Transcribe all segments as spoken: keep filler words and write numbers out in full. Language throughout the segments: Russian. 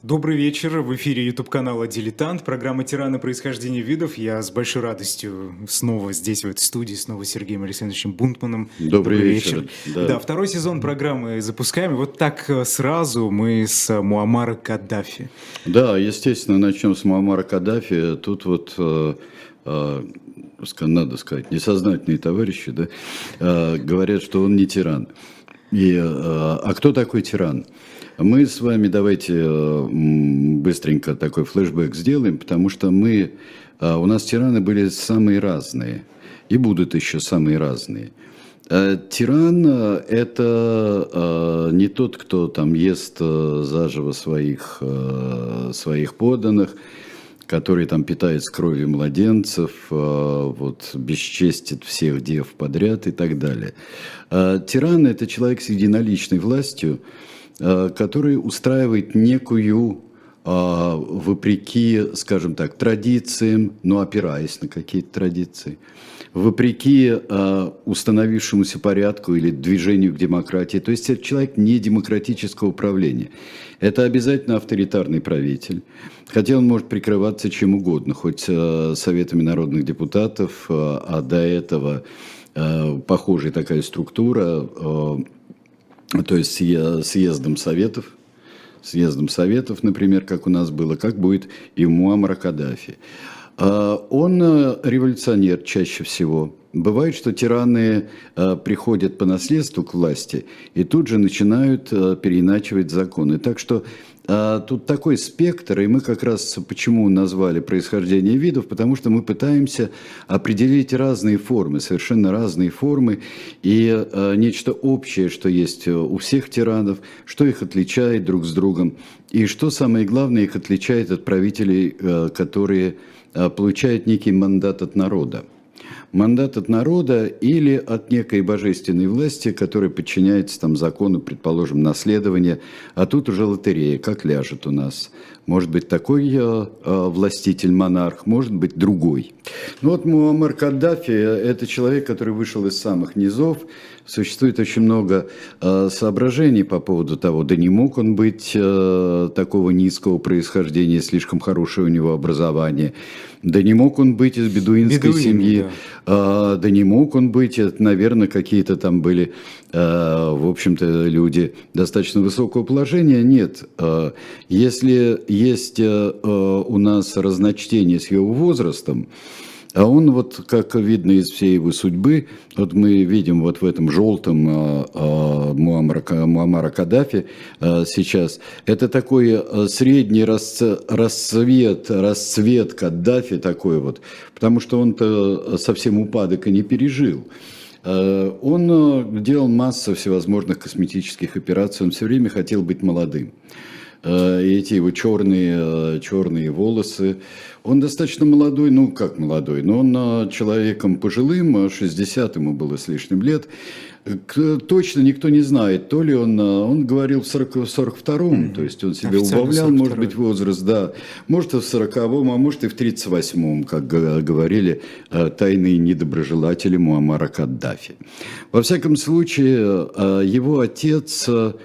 Добрый вечер. В эфире YouTube-канала «Дилетант», программа «Тираны. Происхождение видов». Я с большой радостью снова здесь, в этой студии, снова с Сергеем Александровичем Бунтманом. Добрый, Добрый вечер. вечер. Да. да, второй сезон программы запускаем. И вот так сразу мы с Муаммара Каддафи. Да, естественно, начнем с Муаммара Каддафи. Тут вот... Э, э, надо сказать, несознательные товарищи, да, э, говорят, что он не тиран. И, э, а кто такой тиран? Мы с вами давайте быстренько такой флешбэк сделаем, потому что мы, у нас тираны были самые разные и будут еще самые разные. Тиран – это не тот, кто там ест заживо своих, своих подданных, который там питается кровью младенцев, вот, бесчестит всех дев подряд и так далее. Тиран – это человек с единоличной властью, который устраивает некую, вопреки, скажем так, традициям, но опираясь на какие-то традиции, вопреки установившемуся порядку или движению к демократии. То есть это человек не демократического управления. Это обязательно авторитарный правитель, хотя он может прикрываться чем угодно, хоть советами народных депутатов, а до этого похожая такая структура, то есть съездом советов, съездом советов, например, как у нас было, как будет и у Муаммара Каддафи. Он революционер чаще всего. Бывает, что тираны приходят по наследству к власти и тут же начинают переиначивать законы. Так что тут такой спектр, и мы как раз почему назвали происхождение видов, потому что мы пытаемся определить разные формы, совершенно разные формы, и нечто общее, что есть у всех тиранов, что их отличает друг с другом, и что самое главное их отличает от правителей, которые получают некий мандат от народа. Мандат от народа или от некой божественной власти, которая подчиняется там закону, предположим, наследования, а тут уже лотерея, как ляжет у нас. Может быть такой э, властитель-монарх, может быть другой. Ну вот Муаммар Каддафи – это человек, который вышел из самых низов. Существует очень много э, соображений по поводу того, да не мог он быть э, такого низкого происхождения, слишком хорошее у него образование. Да не мог он быть из бедуинской Бедуин, семьи, да. да не мог он быть, это, наверное, какие-то там были, в общем-то, люди достаточно высокого положения. Нет, если есть у нас разночтение с его возрастом, а он, вот как видно из всей его судьбы, вот мы видим вот в этом желтом э, э, Муаммара, Муаммара Каддафи э, сейчас, это такой э, средний расцвет, расцвет Каддафи такой вот, потому что он-то совсем упадок и не пережил. Э, он э, делал массу всевозможных косметических операций, он все время хотел быть молодым. И эти его черные, черные волосы. Он достаточно молодой, ну как молодой, но он человеком пожилым, шестьдесят ему было с лишним лет. Точно никто не знает, то ли он, он говорил в сорок втором, mm-hmm. то есть он себе убавлял, может быть, возраст, да, может и в сороковом, а может и в тридцать восьмом, как говорили тайные недоброжелатели Муаммара Каддафи. Во всяком случае, его отец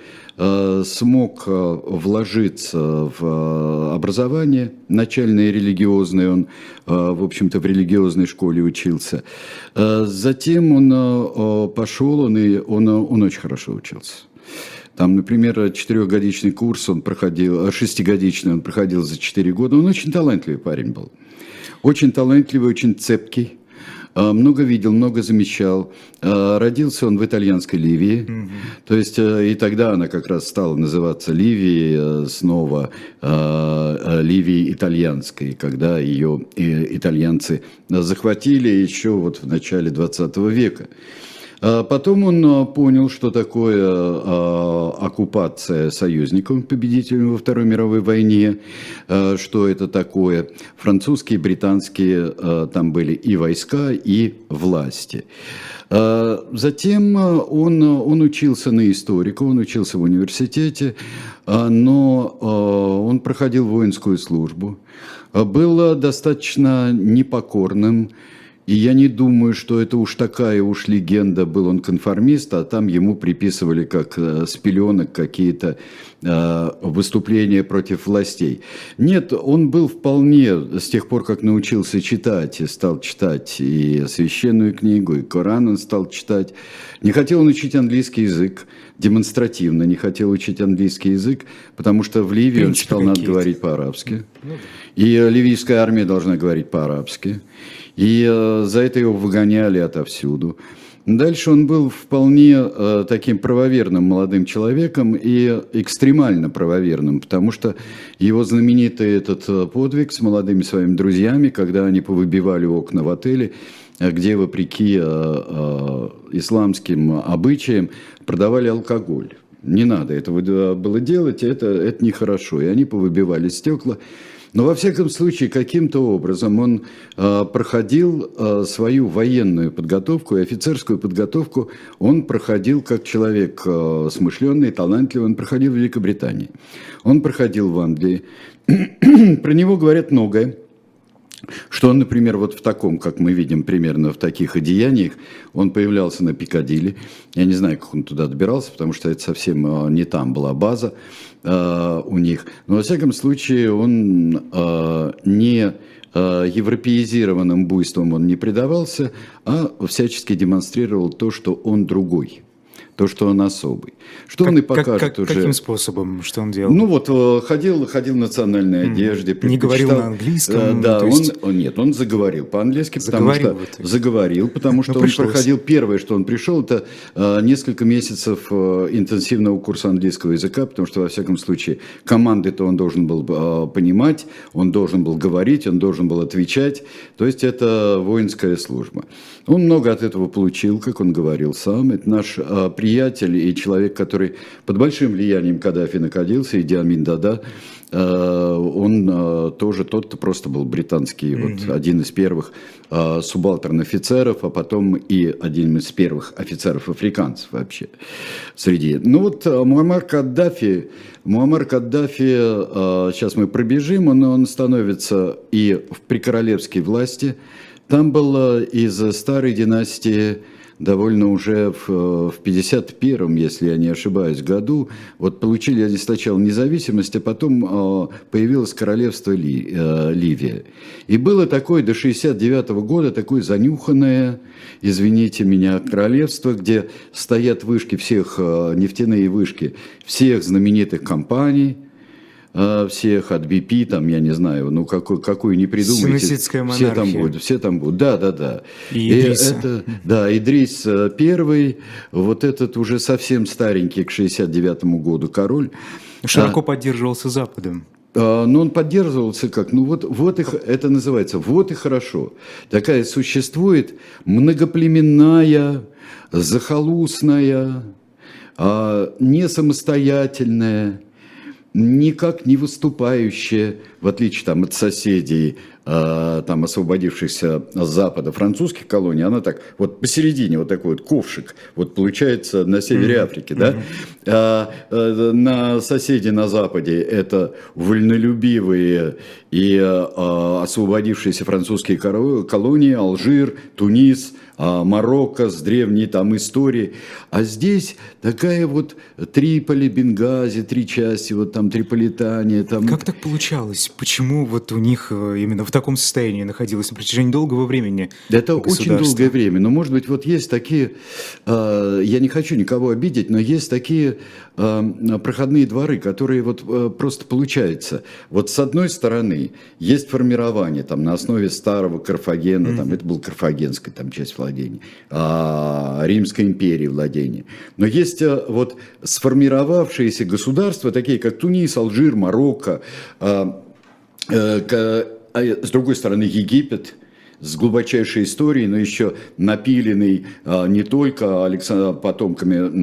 смог вложиться в образование начальное религиозное, он, в общем-то, в религиозной школе учился. Затем он пошел, он, и, он, он очень хорошо учился. Там, например, четырехгодичный курс он проходил, шестигодичный он проходил за четыре года. Он очень талантливый парень был. Очень талантливый, очень цепкий. Много видел, много замечал. Родился он в итальянской Ливии. Mm-hmm. То есть и тогда она как раз стала называться Ливией снова, Ливией итальянской, когда ее итальянцы захватили еще вот в начале двадцатого века. Потом он понял, что такое оккупация союзников, победителями во Второй мировой войне, что это такое. Французские, британские, там были и войска, и власти. Затем он, он учился на историка, он учился в университете, но он проходил воинскую службу, был достаточно непокорным, И я не думаю, что это уж такая уж легенда, был он конформист, а там ему приписывали как э, с пеленок какие-то э, выступления против властей. Нет, он был вполне, с тех пор, как научился читать, и стал читать и священную книгу, и Коран он стал читать. Не хотел он учить английский язык, демонстративно не хотел учить английский язык, потому что в Ливии он считал, надо говорить по-арабски. Ну, да. И ливийская армия должна говорить по-арабски. И э, за это его выгоняли отовсюду. Дальше он был вполне э, таким правоверным молодым человеком и экстремально правоверным, потому что его знаменитый этот подвиг с молодыми своими друзьями, когда они повыбивали окна в отеле, где, вопреки э, э, исламским обычаям, продавали алкоголь. Не надо этого было делать, это, это нехорошо. И они повыбивали стекла. Но, во всяком случае, каким-то образом он э, проходил э, свою военную подготовку и офицерскую подготовку, он проходил как человек э, смышленый, талантливый, он проходил в Великобритании, он проходил в Англии. Про него говорят многое. Что он, например, вот в таком, как мы видим примерно в таких одеяниях, он появлялся на Пикадилли. Я не знаю, как он туда добирался, потому что это совсем не там была база э, у них. Но, во всяком случае, он э, не э, европеизированным буйством он не предавался, а всячески демонстрировал то, что он другой. То, что он особый. Что как, он и покажет как, как, уже. Каким способом? Что он делал? Ну вот, ходил, ходил в национальной одежде. Не говорил на английском? Да, то есть... он, нет, он заговорил по-английски, заговорил потому что, заговорил, потому что он проходил, первое, что он пришел, это э, несколько месяцев э, интенсивного курса английского языка, потому что, во всяком случае, команды-то он должен был э, понимать, он должен был говорить, он должен был отвечать, то есть это воинская служба. Он много от этого получил, как он говорил сам. Это наш э, приятель и человек, который под большим влиянием Каддафи находился, Иди Амин Дада. Э, он э, тоже тот-то просто был британский, mm-hmm. вот, один из первых э, субалтерн-офицеров, а потом и один из первых офицеров-африканцев вообще среди. Ну вот э, Муаммар Каддафи, Муаммар Каддафи, э, сейчас мы пробежим, он, он становится и в прикоролевской власти. Там был из старой династии довольно уже в, в пятьдесят первом, если я не ошибаюсь, году, вот получили они сначала независимость, а потом э, появилось королевство Ли, э, Ливия. И было такое до шестьдесят девятого года, такое занюханное, извините меня, королевство, где стоят вышки всех, э, нефтяные вышки всех знаменитых компаний, всех от би пи, там, я не знаю, ну, какую, какую не придумайте, все там будут, все там будут, да, да, да. И Идрис. Это, да, Идрис первый, вот этот уже совсем старенький, к шестьдесят девятому году король. Широко а, поддерживался Западом. А, ну, он поддерживался как, ну, вот, вот их, это называется, вот и хорошо. Такая существует многоплеменная, захолустная, а, не самостоятельная, никак не выступающая, в отличие там, от соседей, э, там, освободившихся с запада французских колоний, она так вот посередине, вот такой вот ковшик, вот получается на севере mm-hmm. Африки, да, mm-hmm. а, а, на соседи на западе это вольнолюбивые и а, освободившиеся французские колонии, Алжир, Тунис, Марокко с древней там историей, а здесь такая вот Триполи, Бенгази, три части, вот там Триполитания. Там... Как так получалось? Почему вот у них именно в таком состоянии находилось на протяжении долгого времени? Это очень долгое время, но может быть вот есть такие, э, я не хочу никого обидеть, но есть такие э, проходные дворы, которые вот э, просто получаются. Вот с одной стороны есть формирование там на основе старого Карфагена, mm-hmm. там это был Карфагенская там часть владения, а, Римской империи владения. Но есть а, вот сформировавшиеся государства, такие как Тунис, Алжир, Марокко, а, а, а, с другой стороны Египет, с глубочайшей историей, но еще напиленный а, не только Александр, потомками, ну,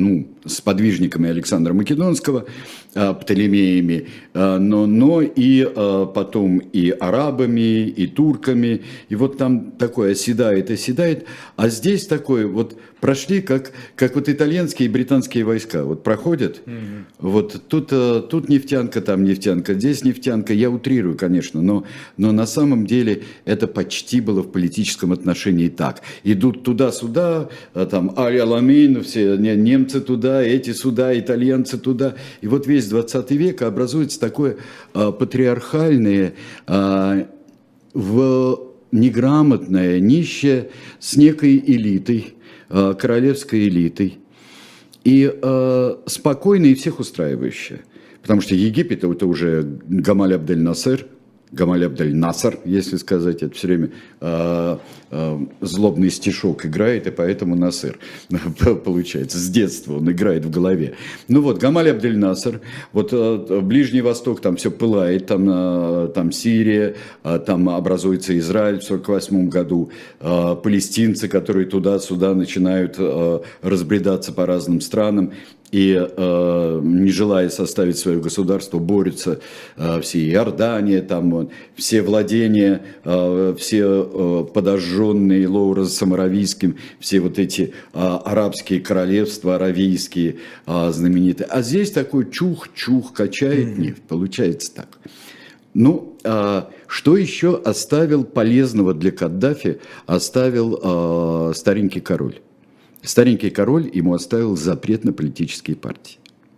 сподвижниками Александра Македонского, Птолемеями, но, но и потом и арабами, и турками, и вот там такое оседает, оседает, а здесь такое вот прошли, как, как вот итальянские и британские войска, вот проходят, mm-hmm. вот тут, тут нефтянка, там нефтянка, здесь нефтянка, я утрирую, конечно, но, но на самом деле это почти было в политическом отношении так. Идут туда-сюда, там Аль-Аламин, все немцы туда, эти сюда, итальянцы туда, и вот весь двадцатый век образуется такое а, патриархальное, а, в неграмотное, нищее, с некой элитой, а, королевской элитой, и а, спокойное и всех устраивающее. Потому что Египет это уже Гамаль Абдель-Насер, Гамаль Абдель-Насер, если сказать, это все время э, э, злобный стишок играет, и поэтому Насер получается. С детства он играет в голове. Ну вот, Гамаль Абдель-Насер, вот э, Ближний Восток, там все пылает, там, э, там Сирия, э, там образуется Израиль в сорок восьмом году, э, палестинцы, которые туда-сюда начинают э, разбредаться по разным странам. И э, не желая составить свое государство, борются э, все Иордания, там, все владения, э, все э, подожженные Лоуренсом Аравийским, все вот эти э, арабские королевства, аравийские э, знаменитые. А здесь такой чух-чух, качает нефть, получается так. Ну, э, что еще оставил полезного для Каддафи, оставил э, старенький король? Старенький король ему оставил запрет на политические партии.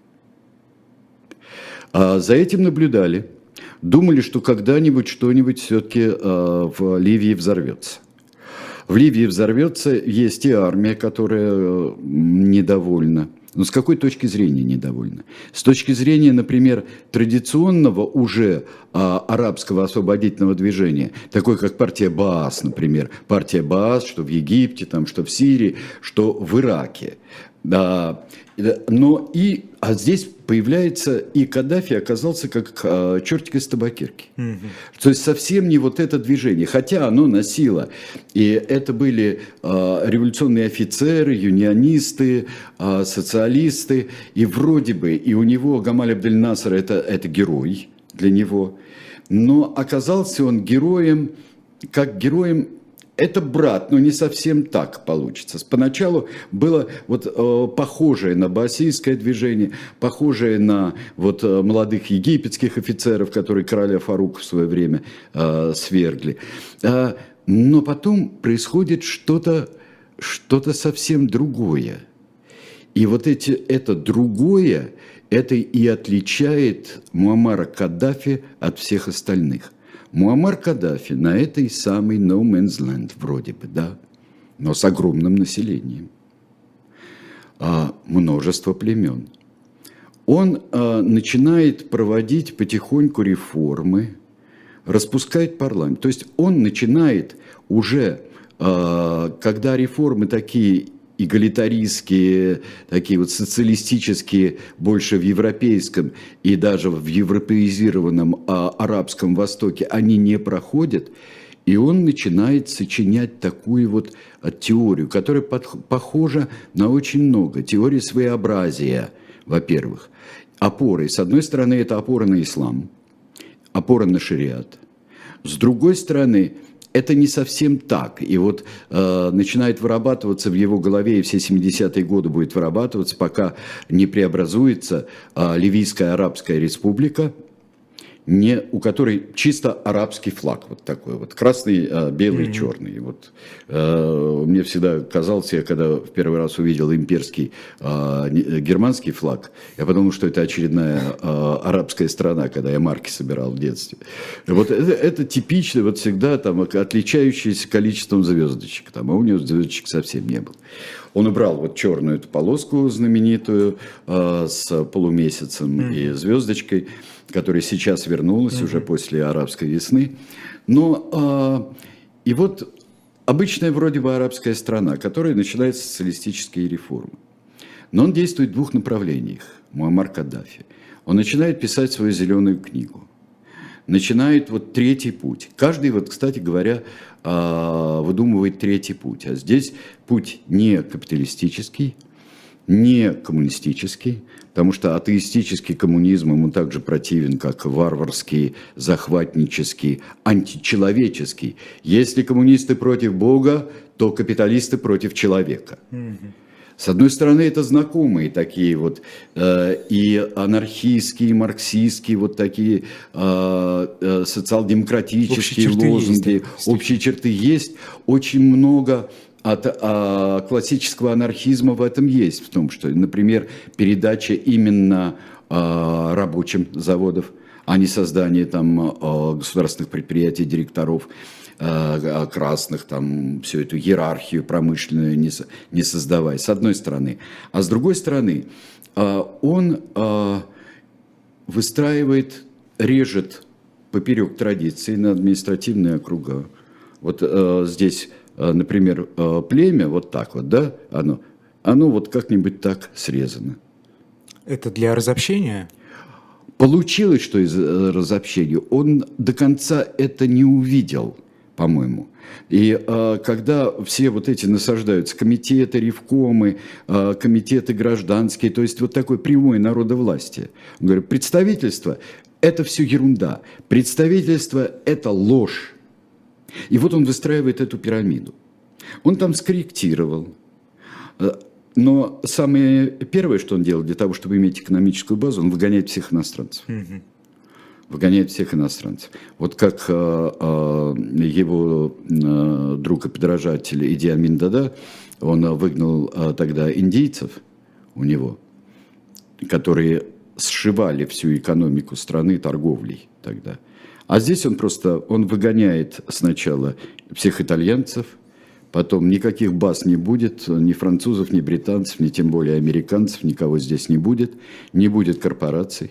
А за этим наблюдали, думали, что когда-нибудь что-нибудь все-таки в Ливии взорвется. В Ливии взорвется, есть и армия, которая недовольна. Но с какой точки зрения недовольна? С точки зрения, например, традиционного уже а, арабского освободительного движения, такой как партия Баас, например, партия Баас, что в Египте, там, что в Сирии, что в Ираке. Да. Но и, а здесь появляется, и Каддафи оказался как а, чертик из табакерки. Mm-hmm. То есть совсем не вот это движение, хотя оно носило. И это были а, революционные офицеры, юнионисты, а, социалисты. И вроде бы, и у него Гамаль Абдель-Насер это, это герой для него. Но оказался он героем, как героем. Это брат, но не совсем так получится. Поначалу было вот э, похожее на баасийское движение, похожее на вот э, молодых египетских офицеров, которые короля Фарука в свое время э, свергли. Э, но потом происходит что-то, что-то совсем другое. И вот эти, это другое, это и отличает Муаммара Каддафи от всех остальных. Муаммар Каддафи на этой самой no man's land, вроде бы, да, но с огромным населением, а, множество племен. Он а, начинает проводить потихоньку реформы, распускает парламент. То есть он начинает уже, а, когда реформы такие эгалитаристские, такие вот социалистические, больше в европейском и даже в европеизированном а, арабском Востоке, они не проходят, и он начинает сочинять такую вот а, теорию, которая под, похожа на очень много. Теория своеобразия, во-первых. Опоры. С одной стороны, это опора на ислам, опора на шариат. С другой стороны, это не совсем так. И вот э, начинает вырабатываться в его голове, и все семидесятые годы будет вырабатываться, пока не преобразуется э, Ливийская Арабская Республика, не, у которой чисто арабский флаг, вот такой вот, красный, э, белый, mm-hmm. черный. Вот, э, мне всегда казалось, я когда в первый раз увидел имперский э, германский флаг, я подумал, что это очередная э, арабская страна, когда я марки собирал в детстве. Вот это, это типично, вот всегда там отличающийся количеством звездочек, там, а у него звездочек совсем не было. Он убрал вот черную эту полоску знаменитую э, с полумесяцем mm-hmm. и звездочкой, которая сейчас вернулась mm-hmm. уже после арабской весны. Но э, и вот обычная вроде бы арабская страна, которая начинает социалистические реформы. Но он действует в двух направлениях, Муаммар Каддафи. Он начинает писать свою зеленую книгу. Начинает вот третий путь. Каждый, вот, кстати говоря, выдумывает третий путь. А здесь путь не капиталистический, не коммунистический, потому что атеистический коммунизм ему также противен, как варварский, захватнический, античеловеческий. Если коммунисты против Бога, то капиталисты против человека. С одной стороны, это знакомые такие вот э, и анархистские, и марксистские, вот такие э, э, социал-демократические лозунги, есть, общие черты есть. Очень много от а, классического анархизма в этом есть, в том, что, например, передача именно а, рабочим заводов, а не создание там а, государственных предприятий, директоров, а, красных, там, всю эту иерархию промышленную не, не создавая, с одной стороны. А с другой стороны, а, он а, выстраивает, режет поперек традиции на административные округа. Вот а, здесь... Например, племя, вот так вот, да, оно, оно вот как-нибудь так срезано. Это для разобщения? Получилось, что из разобщения. Он до конца это не увидел, по-моему. И а, когда все вот эти насаждаются, комитеты, ревкомы, а, комитеты гражданские, то есть вот такое прямое народовластие. Он говорит, представительство – это все ерунда. Представительство – это ложь. И вот он выстраивает эту пирамиду. Он там скорректировал. Но самое первое, что он делал для того, чтобы иметь экономическую базу, он выгоняет всех иностранцев. Mm-hmm. Выгоняет всех иностранцев. Вот как э, э, его э, друг и подражатель Иди Амин Дада, он выгнал э, тогда индийцев у него, которые сшивали всю экономику страны торговлей тогда. А здесь он просто, он выгоняет сначала всех итальянцев, потом никаких баз не будет, ни французов, ни британцев, ни тем более американцев, никого здесь не будет, не будет корпораций,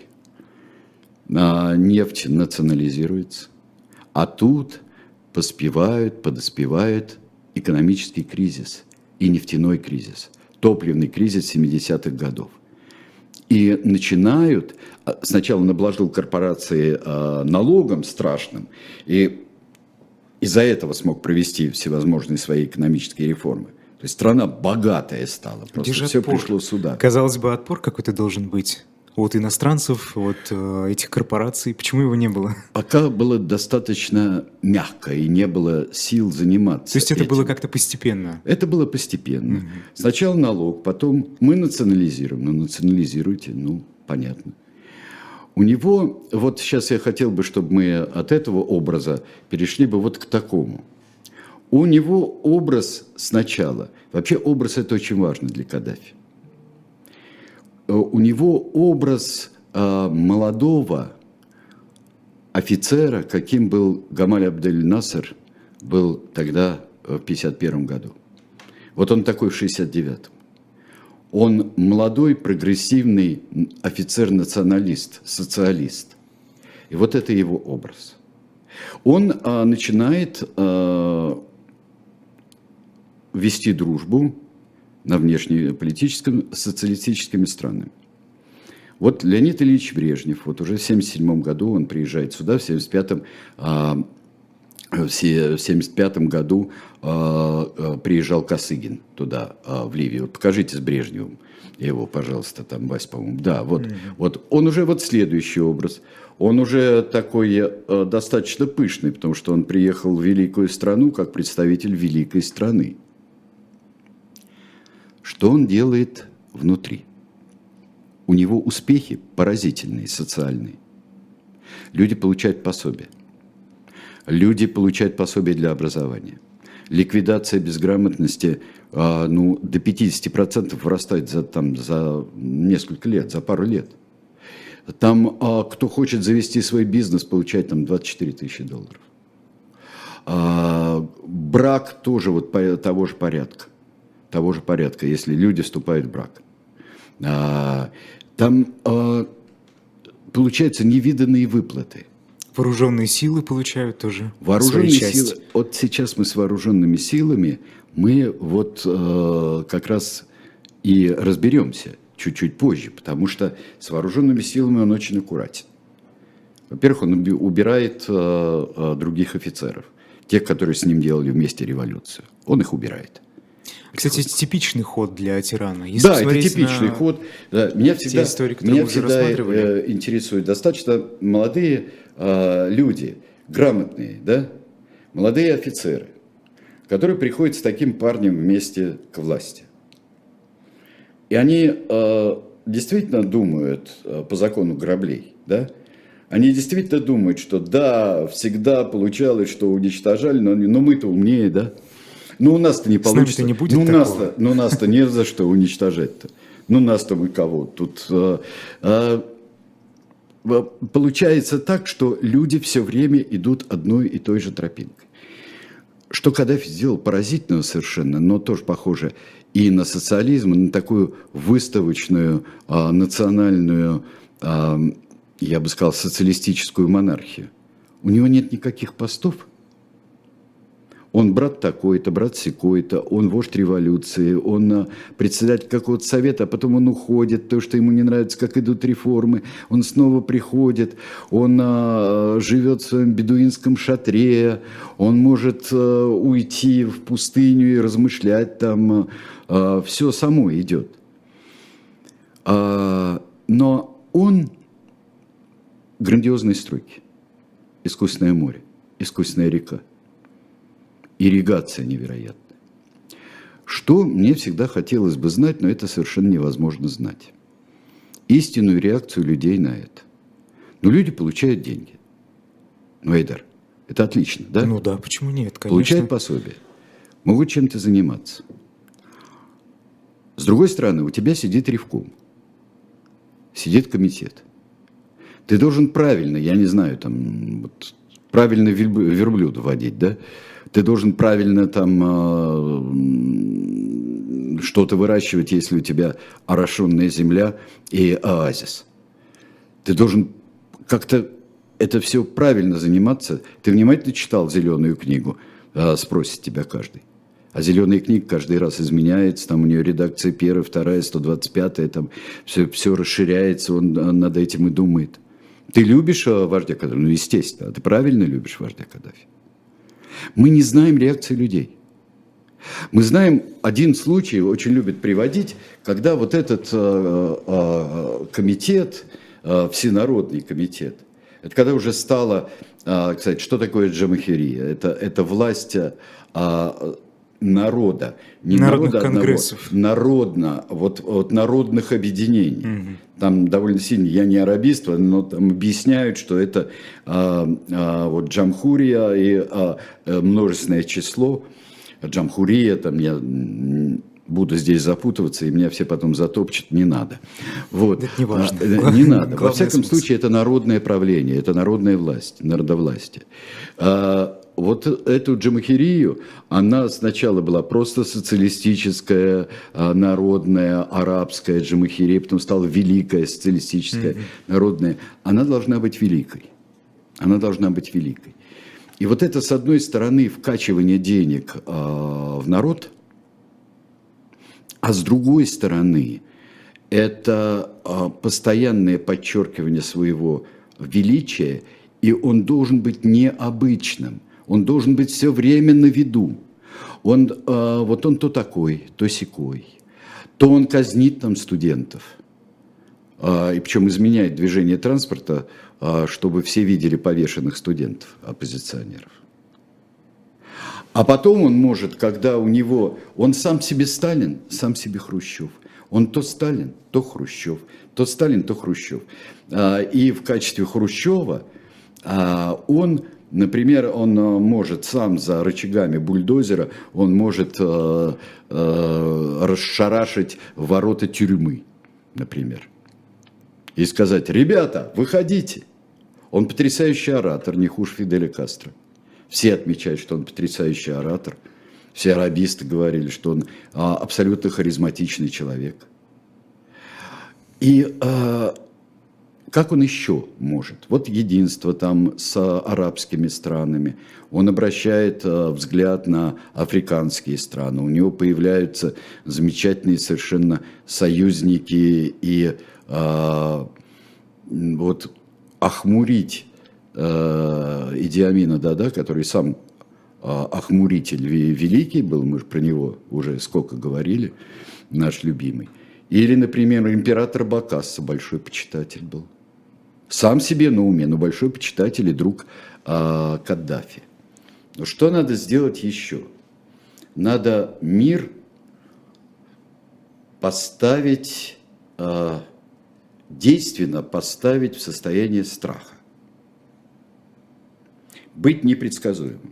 а нефть национализируется. А тут поспевают, подоспевает экономический кризис и нефтяной кризис, топливный кризис семидесятых годов. И начинают, сначала он обложил корпорации э, налогом страшным, и из-за этого смог провести всевозможные свои экономические реформы. То есть страна богатая стала, просто все отпор? Пришло сюда. Казалось бы, отпор какой-то должен быть от иностранцев, от э, этих корпораций. Почему его не было? Пока было достаточно мягко и не было сил заниматься. То есть это этим. было как-то постепенно? Это было постепенно. Угу. Сначала налог, потом мы национализируем. Ну, национализируйте, ну, понятно. У него, вот сейчас я хотел бы, чтобы мы от этого образа перешли бы вот к такому. У него образ сначала, вообще образ это очень важно для Каддафи. У него образ э, молодого офицера, каким был Гамаль Абдель-Насер, был тогда в пятьдесят первом году. Вот он такой в шестьдесят девятом. Он молодой, прогрессивный офицер-националист, социалист. И вот это его образ. Он э, начинает э, вести дружбу на внешнеполитическом, с социалистическими странами. Вот Леонид Ильич Брежнев, вот уже в семьдесят седьмом году он приезжает сюда, в семьдесят пятом, а, в семьдесят пятом году а, а, приезжал Косыгин туда, а, в Ливию. Вот покажите с Брежневым его, пожалуйста, там, Вась, по-моему. Да, вот, mm-hmm. вот он уже вот следующий образ. Он уже такой а, достаточно пышный, потому что он приехал в великую страну как представитель великой страны. Что он делает внутри? У него успехи поразительные, социальные. Люди получают пособие. Люди получают пособие для образования. Ликвидация безграмотности а, ну, до пятьдесят процентов вырастает за, там, за несколько лет, за пару лет. Там, а, кто хочет завести свой бизнес, получает там двадцать четыре тысячи долларов. А, брак тоже вот по, того же порядка. того же порядка, если люди вступают в брак. А, там а, получаются невиданные выплаты. Вооруженные силы получают тоже Вооруженные свои части. силы. Вот сейчас мы с вооруженными силами, мы вот а, как раз и разберемся чуть-чуть позже, потому что с вооруженными силами он очень аккуратен. Во-первых, он убирает а, а, других офицеров, тех, которые с ним делали вместе революцию. Он их убирает. Кстати, это типичный ход для тирана. Если да, это типичный на... ход. Да, меня всегда, истории, меня всегда э, интересуют достаточно молодые э, люди, грамотные, да? Молодые офицеры, которые приходят с таким парнем вместе к власти. И они э, действительно думают э, по закону граблей, да? Они действительно думают, что да, всегда получалось, что уничтожали, но, но мы-то умнее, да? Ну, у нас-то не получится. Не будет ну, нас-то, ну, нас-то не за что уничтожать-то. Ну, нас-то мы кого? Тут а, а, получается так, что люди все время идут одной и той же тропинкой. Что Каддафи сделал поразительного совершенно, но тоже похоже и на социализм, и на такую выставочную, а, национальную, а, я бы сказал, социалистическую монархию. У него нет никаких постов. Он брат такой-то, брат сякой-то, он вождь революции, он председатель какого-то совета, а потом он уходит, то, что ему не нравится, как идут реформы, он снова приходит, он а, живет в своем бедуинском шатре, он может а, уйти в пустыню и размышлять там, а, все само идет. А, но он грандиозные стройки, искусственное море, искусственная река. Ирригация невероятная. Что мне всегда хотелось бы знать, но это совершенно невозможно знать. Истинную реакцию людей на это. Но люди получают деньги. Ну, Айдар, это отлично, да? Ну да, почему нет, конечно. Получают пособие. Могут чем-то заниматься. С другой стороны, у тебя сидит ревком. Сидит комитет. Ты должен правильно, я не знаю, там, вот, правильно верблюда водить, да? Ты должен правильно там э, что-то выращивать, если у тебя орошенная земля и оазис. Ты должен как-то это все правильно заниматься. Ты внимательно читал зеленую книгу, э, спросит тебя каждый. А зеленая книга каждый раз изменяется, там у нее редакция первая, вторая, сто двадцать пятая, там все, все расширяется, он над этим и думает. Ты любишь вождя Каддафи? Ну, естественно. А ты правильно любишь вождя Каддафи? Мы не знаем реакции людей. Мы знаем один случай, очень любят приводить, когда вот этот э, э, комитет, э, всенародный комитет, это когда уже стало, э, кстати, что такое джамахирия? Это, это власть э, народа, не народных народа конгрессов. Одного, народно, вот, вот народных объединений. Угу. Там довольно сильно, я не арабист, но там объясняют, что это а, а, вот джамхурия и а, множественное число. Джамхурия, там я буду здесь запутываться, и меня все потом затопчут, не надо. Вот. Это не важно. А, не надо. Во всяком смысл. случае, это народное правление, это народная власть, народовластие. А, вот эту джамахирию, она сначала была просто социалистическая, народная, арабская джамахирия, потом стала великая социалистическая, mm-hmm. народная. Она должна быть великой. Она должна быть великой. И вот это, с одной стороны, вкачивание денег а, в народ, а с другой стороны, это а, постоянное подчеркивание своего величия, и он должен быть необычным. Он должен быть все время на виду. Он, э, вот он то такой, то сякой. То он казнит там студентов. Э, и причем изменяет движение транспорта, э, чтобы все видели повешенных студентов, оппозиционеров. А потом он может, когда у него... Он сам себе Сталин, сам себе Хрущев. Он то Сталин, то Хрущев. То Сталин, то Хрущев. Э, и в качестве Хрущева э, он... Например, он может сам за рычагами бульдозера, он может э, э, расшарашить ворота тюрьмы, например. И сказать: ребята, выходите. Он потрясающий оратор, не хуже Фиделя Кастро. Все отмечают, что он потрясающий оратор. Все арабисты говорили, что он а, абсолютно харизматичный человек. И... А, как он еще может? Вот единство там с арабскими странами. Он обращает э, взгляд на африканские страны. У него появляются замечательные совершенно союзники. И э, вот охмурить э, Иди Амина Дада, который сам охмуритель великий был, мы же про него уже сколько говорили, наш любимый. Или, например, император Бокассо, большой почитатель был. Сам себе на уме, но большой почитатель и друг а, Каддафи. Но что надо сделать еще? Надо мир поставить, а, действенно поставить в состояние страха. Быть непредсказуемым.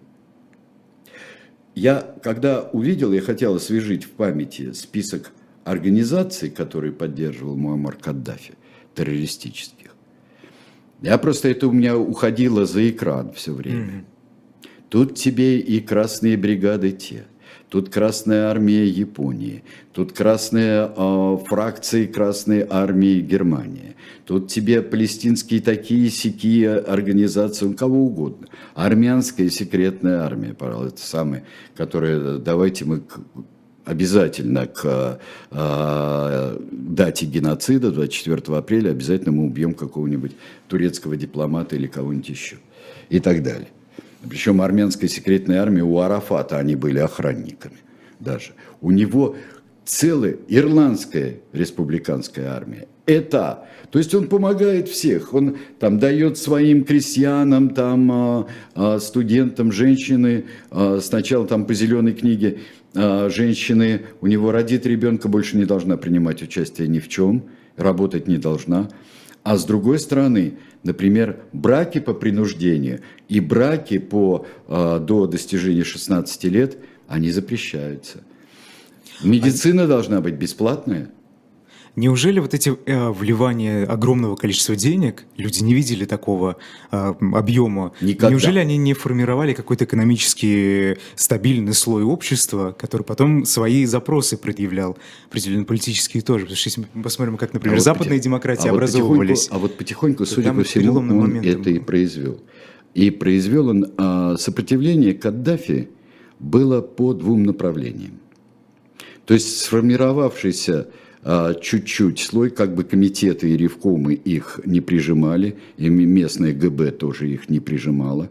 Я, когда увидел, я хотел освежить в памяти список организаций, которые поддерживал Муаммар Каддафи, террористических. Я просто, это у меня уходило за экран все время. Mm-hmm. Тут тебе и красные бригады те, тут Красная армия Японии, тут красные э, фракции Красной армии Германии, тут тебе палестинские такие-сякие организации, ну, кого угодно. Армянская секретная армия, пожалуй, это самое, которое, давайте мы обязательно к э, дате геноцида, двадцать четвёртого апреля, обязательно мы убьем какого-нибудь турецкого дипломата или кого-нибудь еще. И так далее. Причем армянская секретная армия, у Арафата они были охранниками даже. У него целая ирландская республиканская армия. Это, то есть он помогает всех, он там дает своим крестьянам, там, студентам, женщины, сначала там по зеленой книге, женщины, у него родит ребенка, больше не должна принимать участие ни в чем, работать не должна. А с другой стороны, например, браки по принуждению и браки по, до достижения шестнадцати лет, они запрещаются. Медицина а... должна быть бесплатная. Неужели вот эти э, вливания огромного количества денег, люди не видели такого э, объема, никогда. Неужели они не формировали какой-то экономически стабильный слой общества, который потом свои запросы предъявлял, определенно политические тоже? Потому что если мы посмотрим, как, например, а вот западные потих... демократии а образовывались. Вот а вот потихоньку, судя по всему, он это был. и произвел. И произвел он а, сопротивление Каддафи было по двум направлениям. То есть сформировавшийся чуть-чуть слой, как бы комитеты и ревкомы их не прижимали, и местное ГБ тоже их не прижимало.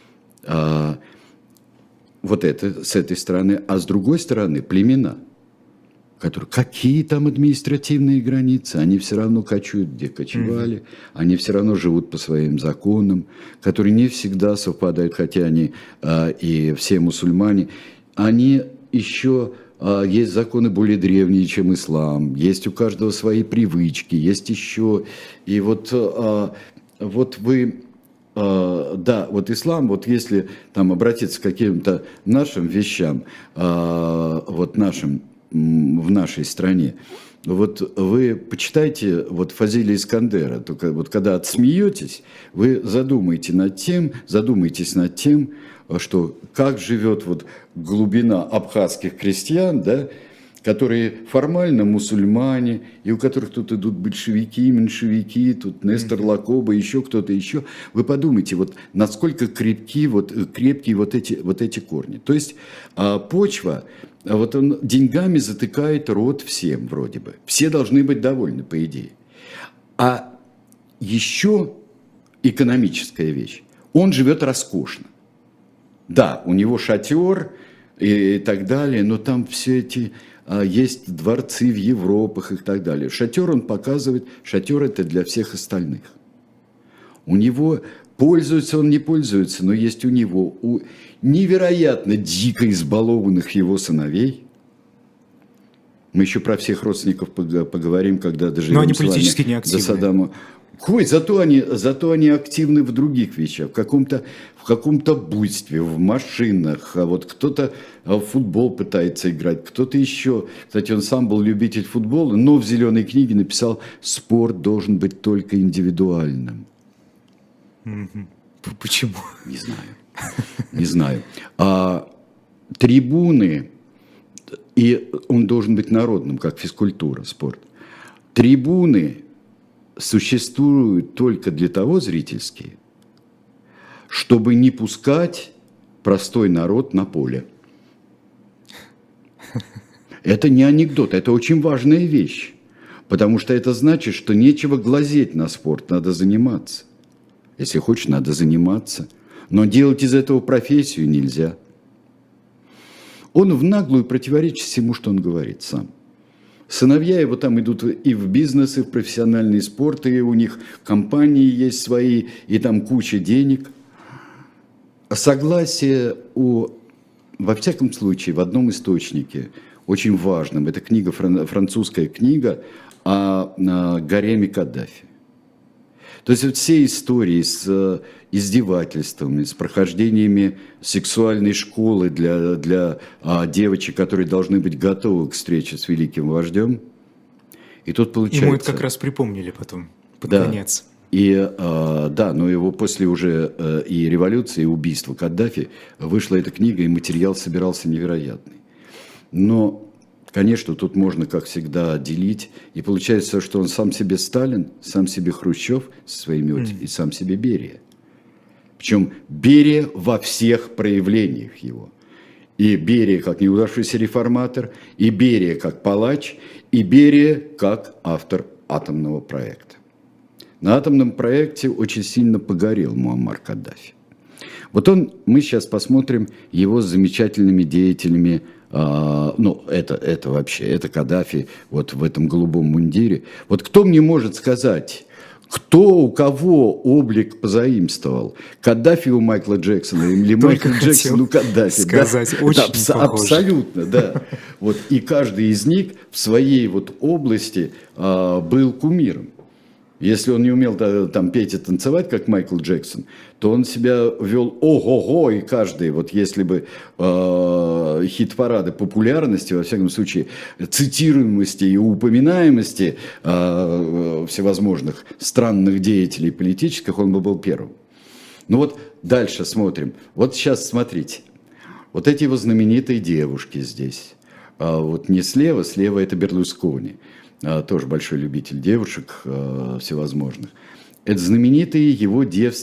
А, вот это с этой стороны. А с другой стороны племена, которые, какие там административные границы, они все равно кочуют, где кочевали, mm-hmm. они все равно живут по своим законам, которые не всегда совпадают, хотя они а, и все мусульмане, они еще... Есть законы более древние, чем ислам, есть у каждого свои привычки, есть еще... И вот, вот вы... Да, вот ислам, вот если там обратиться к каким-то нашим вещам, вот нашим, в нашей стране, вот вы почитайте вот Фазиля Искандера, только вот когда отсмеетесь, вы задумайте над тем, задумайтесь над тем, что как живет вот глубина абхазских крестьян, да, которые формально мусульмане, и у которых тут идут большевики, меньшевики, тут Нестор Лакоба, еще кто-то еще. Вы подумайте, вот насколько крепки, вот, крепкие вот эти, вот эти корни. То есть а, почва, вот он деньгами затыкает рот всем вроде бы. Все должны быть довольны, по идее. А еще экономическая вещь. Он живет роскошно. Да, у него шатер и, и так далее, но там все эти, а, есть дворцы в Европах и так далее. Шатер он показывает, шатер это для всех остальных. У него, пользуется он, не пользуется, но есть у него у невероятно дико избалованных его сыновей. Мы еще про всех родственников поговорим, когда доживем но они политически не активны. До Саддама. Ой, зато они, зато они активны в других вещах, в каком-то, в каком-то буйстве, в машинах, а вот кто-то в футбол пытается играть, кто-то еще. Кстати, он сам был любитель футбола, но в «Зеленой книге» написал, спорт должен быть только индивидуальным. Почему? Не знаю, не знаю. А трибуны, и он должен быть народным, как физкультура, спорт. Трибуны существуют только для того, зрительские, чтобы не пускать простой народ на поле. Это не анекдот, это очень важная вещь, потому что это значит, что нечего глазеть на спорт, надо заниматься. Если хочешь, надо заниматься, но делать из этого профессию нельзя. Он в наглую противоречит всему, что он говорит сам. Сыновья его там идут и в бизнес, и в профессиональный спорт, и у них компании есть свои, и там куча денег. Согласие у, во всяком случае, в одном источнике, очень важном, это книга, французская книга о, о гареме Каддафи. То есть вот все истории с издевательствами, с прохождениями сексуальной школы для, для а, девочек, которые должны быть готовы к встрече с великим вождем. И тут получается... Ему это как раз припомнили потом, под да. конец. И, а, да, но его после уже а, и революции, и убийства Каддафи вышла эта книга, и материал собирался невероятный. Но... Конечно, тут можно, как всегда, делить. И получается, что он сам себе Сталин, сам себе Хрущев со своими mm. и сам себе Берия. Причем Берия во всех проявлениях его. И Берия как неудавшийся реформатор, и Берия как палач, и Берия как автор атомного проекта. На атомном проекте очень сильно погорел Муаммар Каддафи. Вот он, мы сейчас посмотрим его с замечательными деятелями. А, ну, это, это вообще, это Каддафи вот в этом голубом мундире. Вот кто мне может сказать, кто у кого облик позаимствовал? Каддафи у Майкла Джексона или Майкл Джексон у Каддафи? Сказать, да? Очень Это аб- абсолютно, да. Вот, и каждый из них в своей вот области а, был кумиром. Если он не умел там петь и танцевать, как Майкл Джексон, то он себя вел ого-го, и каждый, вот если бы э, хит-парады популярности, во всяком случае, цитируемости и упоминаемости э, всевозможных странных деятелей политических, он бы был первым. Ну вот дальше смотрим. Вот сейчас смотрите. Вот эти его знаменитые девушки здесь. А вот не слева, слева это Берлускони. Тоже большой любитель девушек э, всевозможных. Это знаменитые его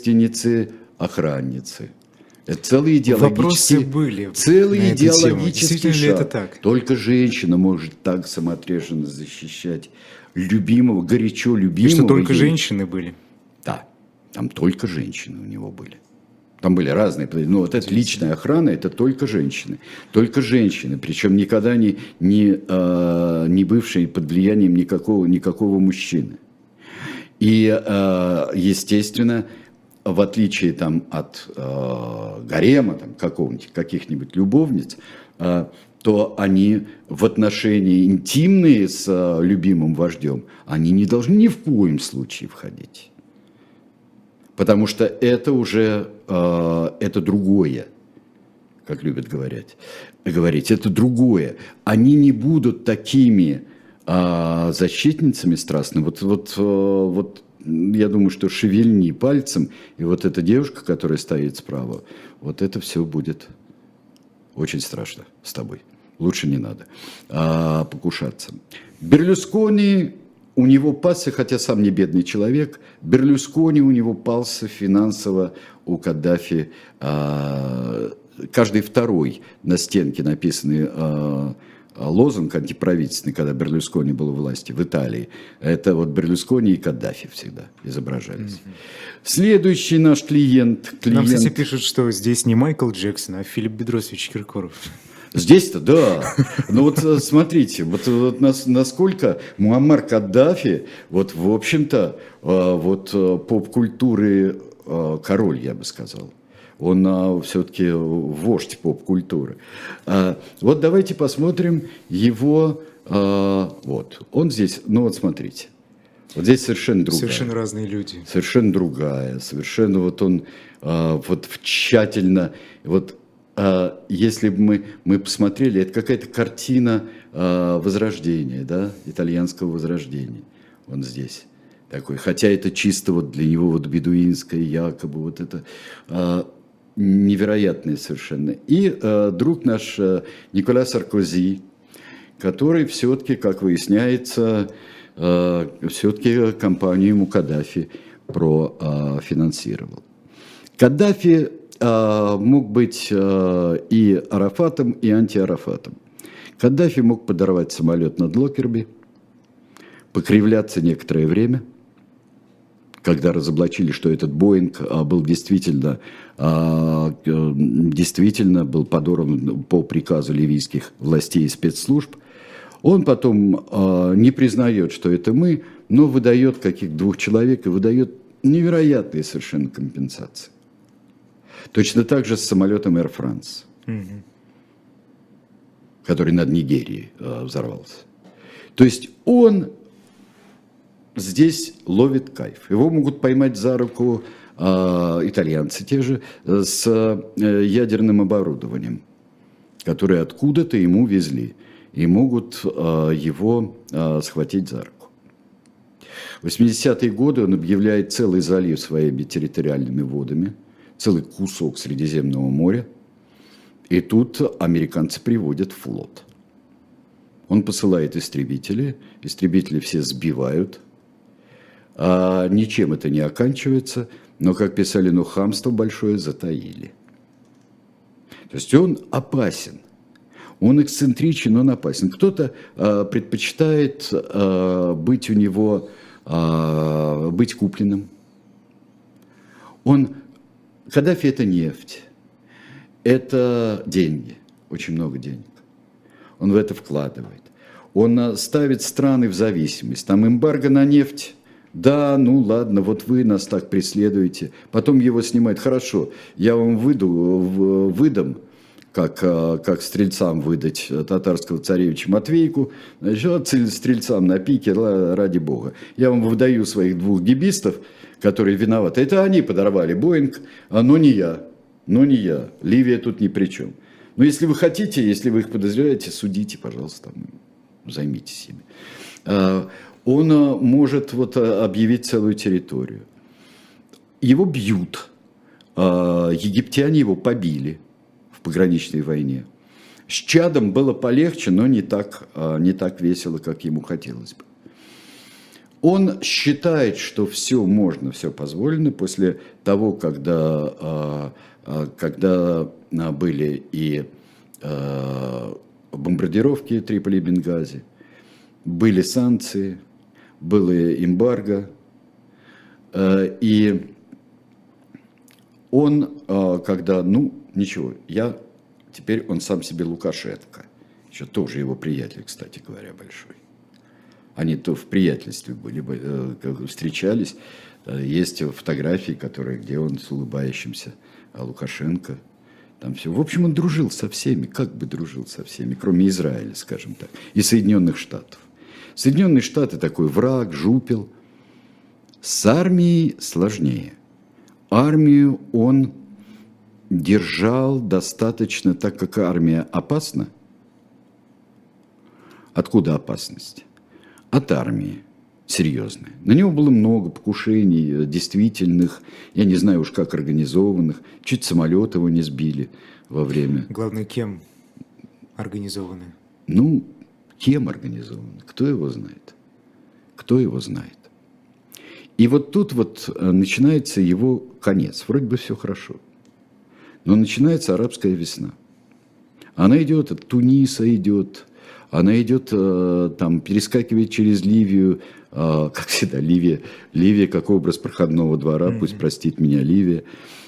девственницы-охранницы. Это целый идеологический, Вопросы были целый идеологический шаг. Это так? Только женщина может так самоотверженно защищать любимого, горячо любимого. И что только ей. женщины были? Да, там только женщины у него были. Там были разные, но вот эта личная охрана, это только женщины. Только женщины, причем никогда не, не, э, не бывшие под влиянием никакого, никакого мужчины. И, э, естественно, в отличие там, от э, гарема, там, какого-нибудь, каких-нибудь любовниц, э, то они в отношении интимные с э, любимым вождем, они не должны ни в коем случае входить. Потому что это уже, э, это другое, как любят говорить, говорить, это другое. Они не будут такими э, защитницами страстными. Вот, вот, э, вот я думаю, что шевельни пальцем, и вот эта девушка, которая стоит справа, вот это все будет очень страшно с тобой. Лучше не надо а, покушаться. Берлускони... У него пасся, хотя сам не бедный человек, Берлускони у него пался финансово, у Каддафи а, каждый второй на стенке написанный а, лозунг антиправительственный, когда Берлускони был у власти в Италии. Это вот Берлускони и Каддафи всегда изображались. Mm-hmm. Следующий наш клиент, клиент... Нам, кстати, пишут, что здесь не Майкл Джексон, а Филипп Бедросович Киркоров. Здесь-то, да. Но вот смотрите, вот, вот нас, насколько Муаммар Каддафи, вот, в общем-то, вот поп-культуры король, я бы сказал. Он все-таки вождь поп-культуры. Вот давайте посмотрим его, вот, он здесь, ну вот смотрите. Вот здесь совершенно другая. Совершенно разные люди. Совершенно другая, совершенно вот он вот тщательно, вот если бы мы, мы посмотрели, это какая-то картина э, возрождения, да, итальянского возрождения, он здесь такой, хотя это чисто вот для него вот бедуинское, якобы вот это э, невероятное совершенно. И э, друг наш э, Николя Саркози, который все-таки, как выясняется, э, все-таки компанию ему Каддафи профинансировал. Каддафи мог быть и Арафатом, и антиарафатом. Каддафи мог подорвать самолет над Локерби, покривляться некоторое время, когда разоблачили, что этот Боинг был действительно, действительно был подорван по приказу ливийских властей и спецслужб, он потом не признает, что это мы, но выдает каких-то двух человек и выдает невероятные совершенно компенсации. Точно так же с самолетом Air France, mm-hmm. который над Нигерией взорвался. То есть он здесь ловит кайф. Его могут поймать за руку э, итальянцы те же с э, ядерным оборудованием, которое откуда-то ему везли, и могут э, его э, схватить за руку. В восьмидесятые годы он объявляет целый залив своими территориальными водами, целый кусок Средиземного моря, и тут американцы приводят флот. Он посылает истребители, истребители все сбивают, а ничем это не оканчивается, но, как писали, ну, хамство большое затаили. То есть он опасен, он эксцентричен, он опасен. Кто-то а, предпочитает а, быть у него, а, быть купленным. Он, Каддафи – это нефть, это деньги, очень много денег. Он в это вкладывает. Он ставит страны в зависимость. Там эмбарго на нефть. Да, ну ладно, вот вы нас так преследуете. Потом его снимают. Хорошо, я вам выду, выдам, как, как стрельцам выдать татарского царевича Матвейку, значит, стрельцам на пике, ради бога. Я вам выдаю своих двух гибистов, которые виноваты. Это они подорвали Боинг, но не я. Но не я. Ливия тут ни при чем. Но если вы хотите, если вы их подозреваете, судите, пожалуйста, займитесь ими. Он может вот объявить целую территорию. Его бьют. Египтяне его побили в пограничной войне. С Чадом было полегче, но не так, не так весело, как ему хотелось бы. Он считает, что все можно, все позволено после того, когда, когда были и бомбардировки Триполи и Бенгази, были санкции, было эмбарго, и он, когда, ну, ничего, я, теперь он сам себе Лукашенко, еще тоже его приятель, кстати говоря, большой. Они то в приятельстве были, встречались, есть фотографии, которые, где он с улыбающимся Лукашенко, там все. В общем, он дружил со всеми, как бы дружил со всеми, кроме Израиля, скажем так, и Соединенных Штатов. Соединенные Штаты такой враг, жупел. С армией сложнее. Армию он держал достаточно, так как армия опасна. Откуда опасность? От армии. Серьезная. На него было много покушений, действительных, я не знаю уж как организованных. Чуть самолет его не сбили во время. Главное, кем организованы? Ну, кем организованы? Кто его знает? Кто его знает? И вот тут вот начинается его конец. Вроде бы все хорошо. Но начинается арабская весна. Она идет от Туниса, идет... Она идет, там, перескакивает через Ливию, как всегда, Ливия, Ливия как образ проходного двора, mm-hmm. пусть простит меня Ливия,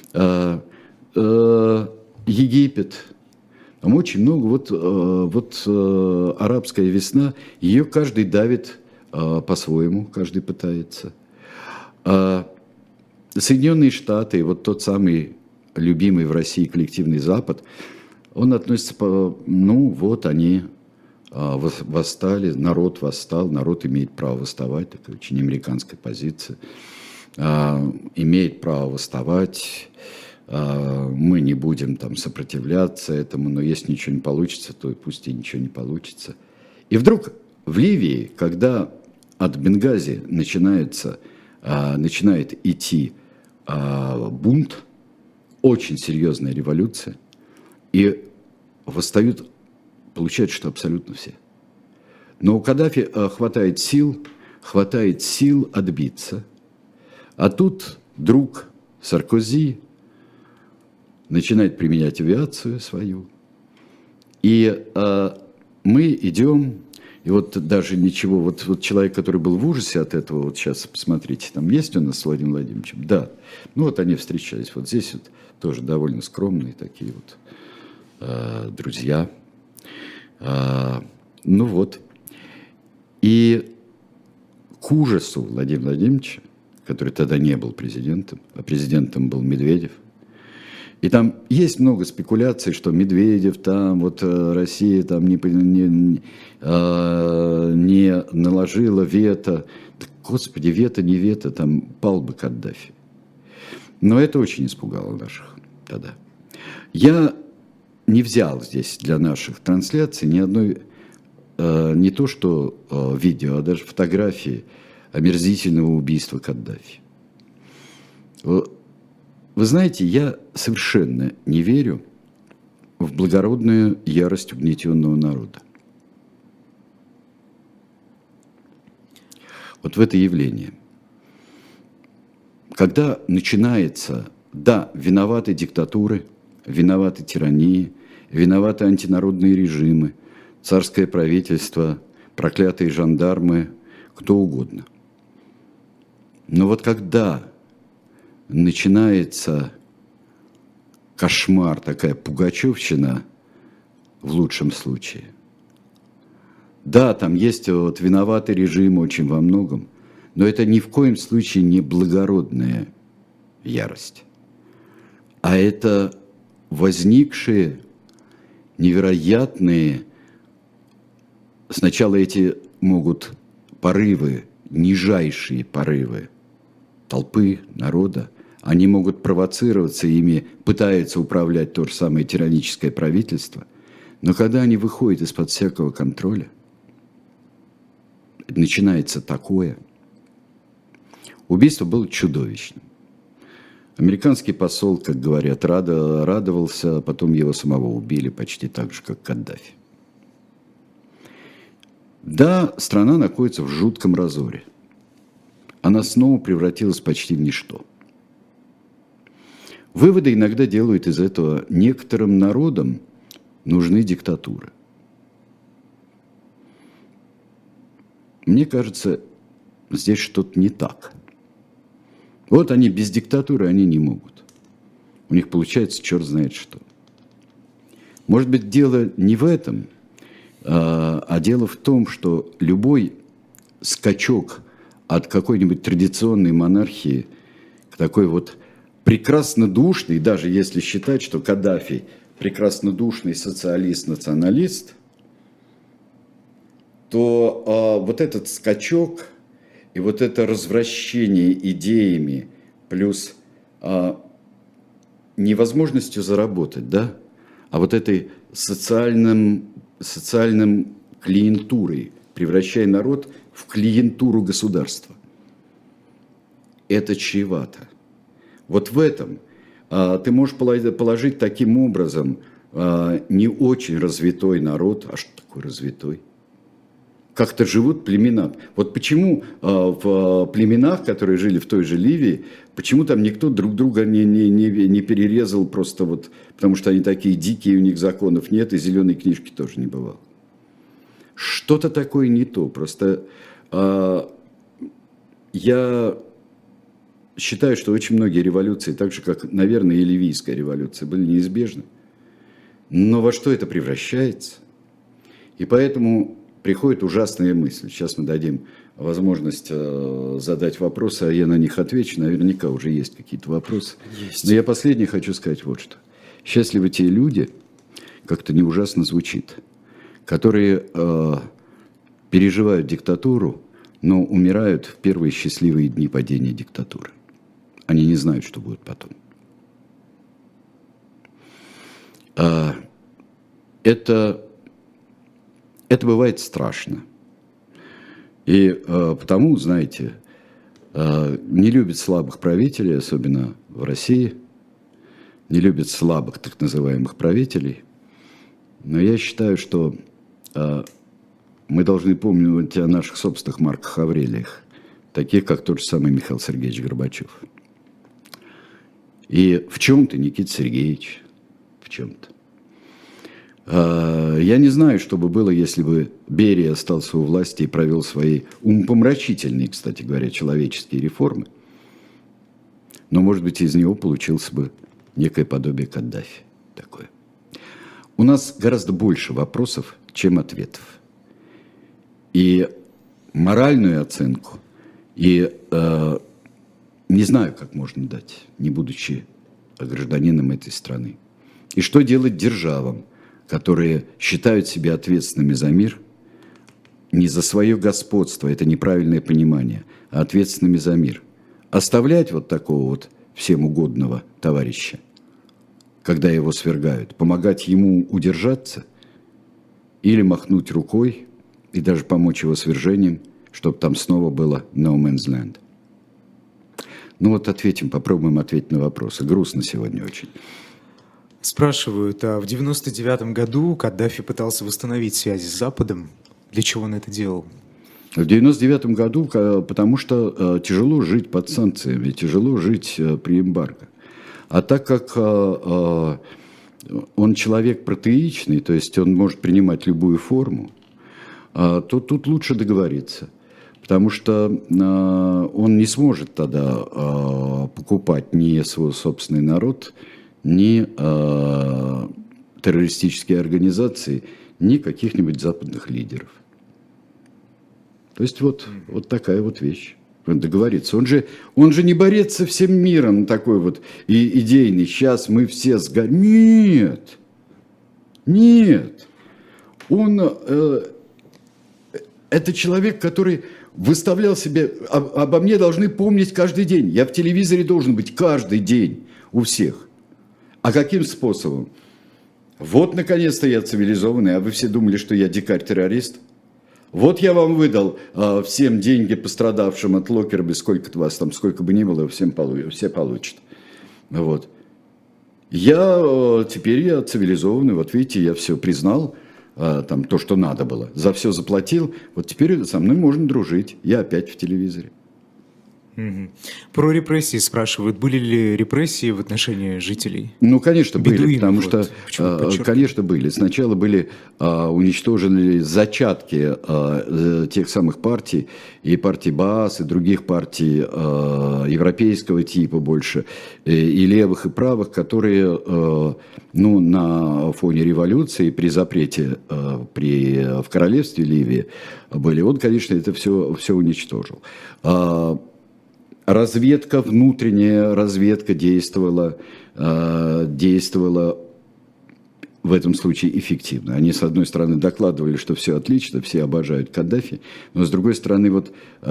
Египет, там очень много, вот, вот арабская весна, ее каждый давит по-своему, каждый пытается. Соединенные Штаты, вот тот самый любимый в России коллективный Запад, он относится, по, ну вот они... восстали, народ восстал, народ имеет право восставать, такая очень американская позиция, имеет право восставать, мы не будем там сопротивляться этому, но если ничего не получится, то пусть и ничего не получится. И вдруг в Ливии, когда от Бенгази начинается, начинает идти бунт, очень серьезная революция, и восстают, получается, что абсолютно все. Но у Каддафи хватает сил, хватает сил отбиться. А тут друг Саркози начинает применять авиацию свою. И э, мы идем, И вот даже ничего, вот, вот человек, который был в ужасе от этого, вот сейчас посмотрите, там есть у нас с Владимиром Владимировичем? Да. Ну вот они встречались, вот здесь вот тоже довольно скромные такие вот э, друзья. Э, ну вот. И к ужасу Владимира Владимировича, который тогда не был президентом, а президентом был Медведев. И там есть много спекуляций, что Медведев там, вот Россия там не, не, не наложила вето. Да, господи, вето, не вето, там пал бы Каддафи. Но это очень испугало наших тогда. Я не взял здесь для наших трансляций ни одной, не то что видео, а даже фотографии омерзительного убийства Каддафи. Вы знаете, я совершенно не верю в благородную ярость угнетенного народа. Вот в это явление. Когда начинается, да, виноваты диктатуры, виноваты тирании, виноваты антинародные режимы, царское правительство, проклятые жандармы, кто угодно. Но вот когда начинается кошмар, такая пугачевщина в лучшем случае. Да, там есть вот виноватый режим очень во многом, но это ни в коем случае не благородная ярость, а это возникшие невероятные, сначала эти могут порывы, нижайшие порывы толпы, народа, они могут провоцироваться, ими пытается управлять то же самое тираническое правительство, но когда они выходят из-под всякого контроля, начинается такое. Убийство было чудовищным. Американский посол, как говорят, радовался, а потом его самого убили почти так же, как Каддафи. Да, страна находится в жутком разоре. Она снова превратилась почти в ничто. Выводы иногда делают из этого: некоторым народам нужны диктатуры. Мне кажется, здесь что-то не так. Вот они без диктатуры, они не могут. У них получается черт знает что. Может быть, дело не в этом, а дело в том, что любой скачок от какой-нибудь традиционной монархии к такой вот прекраснодушной, даже если считать, что Каддафи прекраснодушный социалист-националист, то а, вот этот скачок и вот это развращение идеями плюс а, невозможностью заработать, да, а вот этой социальным, социальным клиентурой, превращая народ в клиентуру государства. Это чревато. Вот в этом а, ты можешь положить таким образом а, не очень развитой народ, а что такое развитой? Как-то живут племена. Вот почему а, в племенах, которые жили в той же Ливии, почему там никто друг друга не, не, не, не перерезал просто вот, потому что они такие дикие, у них законов нет, и зеленой книжки тоже не бывало. Что-то такое не то. Просто а, я считаю, что очень многие революции, так же, как, наверное, и ливийская революция, были неизбежны. Но во что это превращается? И поэтому приходит ужасная мысль. Сейчас мы дадим возможность э, задать вопросы, а я на них отвечу. Наверняка уже есть какие-то вопросы. Есть. Но я последний хочу сказать вот что. Счастливы те люди, как-то не ужасно звучит, которые э, переживают диктатуру, но умирают в первые счастливые дни падения диктатуры. Они не знают, что будет потом. А, это, это бывает страшно. И а, потому, знаете, а, не любят слабых правителей, особенно в России, не любят слабых так называемых правителей. Но я считаю, что а, мы должны помнить о наших собственных Марках Аврелиях, таких, как тот же самый Михаил Сергеевич Горбачев. И в чем-то, Никита Сергеевич, в чем-то. Я не знаю, что бы было, если бы Берия остался у власти и провел свои умопомрачительные, кстати говоря, человеческие реформы. Но, может быть, из него получился бы некое подобие Каддафи. Такое. У нас гораздо больше вопросов, чем ответов. И моральную оценку, и э, не знаю, как можно дать, не будучи гражданином этой страны. И что делать державам, которые считают себя ответственными за мир, не за свое господство, это неправильное понимание, а ответственными за мир. Оставлять вот такого вот всем угодного товарища, когда его свергают, помогать ему удержаться или махнуть рукой и даже помочь его свержением, чтобы там снова было no man's land. Ну вот ответим, попробуем ответить на вопросы. Грустно сегодня очень. Спрашивают, а в девяносто девятом году Каддафи пытался восстановить связи с Западом. Для чего он это делал? В девяносто девятом году, потому что тяжело жить под санкциями, тяжело жить при эмбарго. А так как он человек протеичный, то есть он может принимать любую форму, то тут лучше договориться. Потому что он не сможет тогда покупать ни свой собственный народ, ни э, террористические организации, ни каких-нибудь западных лидеров. То есть вот, вот такая вот вещь. Договориться. Он же, он же не борец со всем миром такой вот и, идейный. Сейчас мы все сгорим. Нет. Нет. Он... Э, это человек, который выставлял себе... Об, обо мне должны помнить каждый день. Я в телевизоре должен быть каждый день у всех. А каким способом? Вот, наконец-то, я цивилизованный, а вы все думали, что я дикарь-террорист? Вот я вам выдал а, всем деньги пострадавшим от Локерби, сколько-то вас там, сколько бы ни было, всем полу- все получат. Вот. Я, теперь я цивилизованный, вот видите, я все признал, а, там, то, что надо было, за все заплатил, вот теперь со мной можно дружить, я опять в телевизоре. Угу. Про репрессии спрашивают, были ли репрессии в отношении жителей? Ну, конечно, были, Бедуинов, потому вот, что, конечно, были. Сначала были а, уничтожены зачатки а, тех самых партий, и партии Баас, и других партий а, европейского типа больше, и, и левых, и правых, которые а, ну, на фоне революции, при запрете а, при, в королевстве Ливии были. Он, конечно, это все, все уничтожил. А, Разведка, внутренняя разведка действовала, действовала в этом случае эффективно. Они, с одной стороны, докладывали, что все отлично, все обожают Каддафи, но, с другой стороны, вот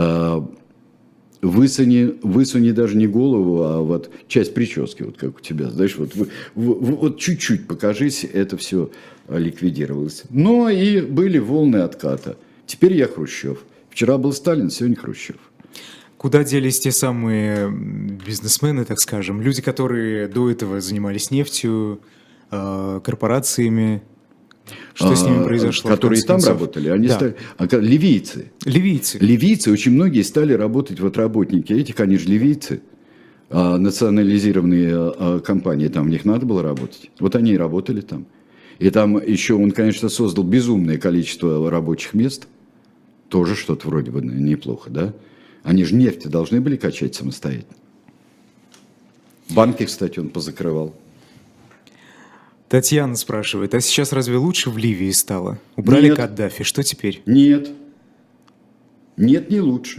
высуни, высуни даже не голову, а вот часть прически, вот как у тебя, знаешь, вот, вот чуть-чуть покажись, это все ликвидировалось. Но и были волны отката. Теперь я Хрущев. Вчера был Сталин, сегодня Хрущев. Куда делись те самые бизнесмены, так скажем, люди, которые до этого занимались нефтью, корпорациями? Что а, с ними произошло? Которые там концов? Работали, они да. стали... А, ливийцы. Ливийцы. Ливийцы, очень многие стали работать, вот работники этих, они же ливийцы, а, национализированные а, компании, там в них надо было работать. Вот они и работали там. И там еще он, конечно, создал безумное количество рабочих мест, тоже что-то вроде бы неплохо, да? Они же нефть должны были качать самостоятельно. Банки, кстати, он позакрывал. Татьяна спрашивает, а сейчас разве лучше в Ливии стало? Убрали Нет. Каддафи, что теперь? Нет. Нет, не лучше.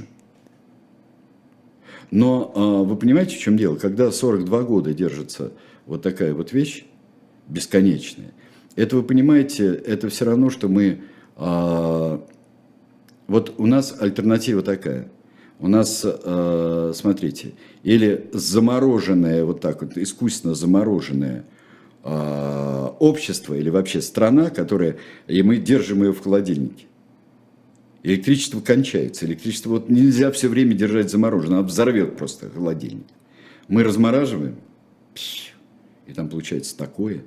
Но а, вы понимаете, в чем дело? Когда сорок два года держится вот такая вот вещь, бесконечная, это, вы понимаете, это все равно, что мы... А, вот у нас альтернатива такая. У нас, э, смотрите, или замороженное, вот так вот, искусственно замороженное э, общество, или вообще страна, которая, и мы держим ее в холодильнике. Электричество кончается. Электричество вот нельзя все время держать замороженное, оно взорвет просто холодильник. Мы размораживаем, и там получается такое.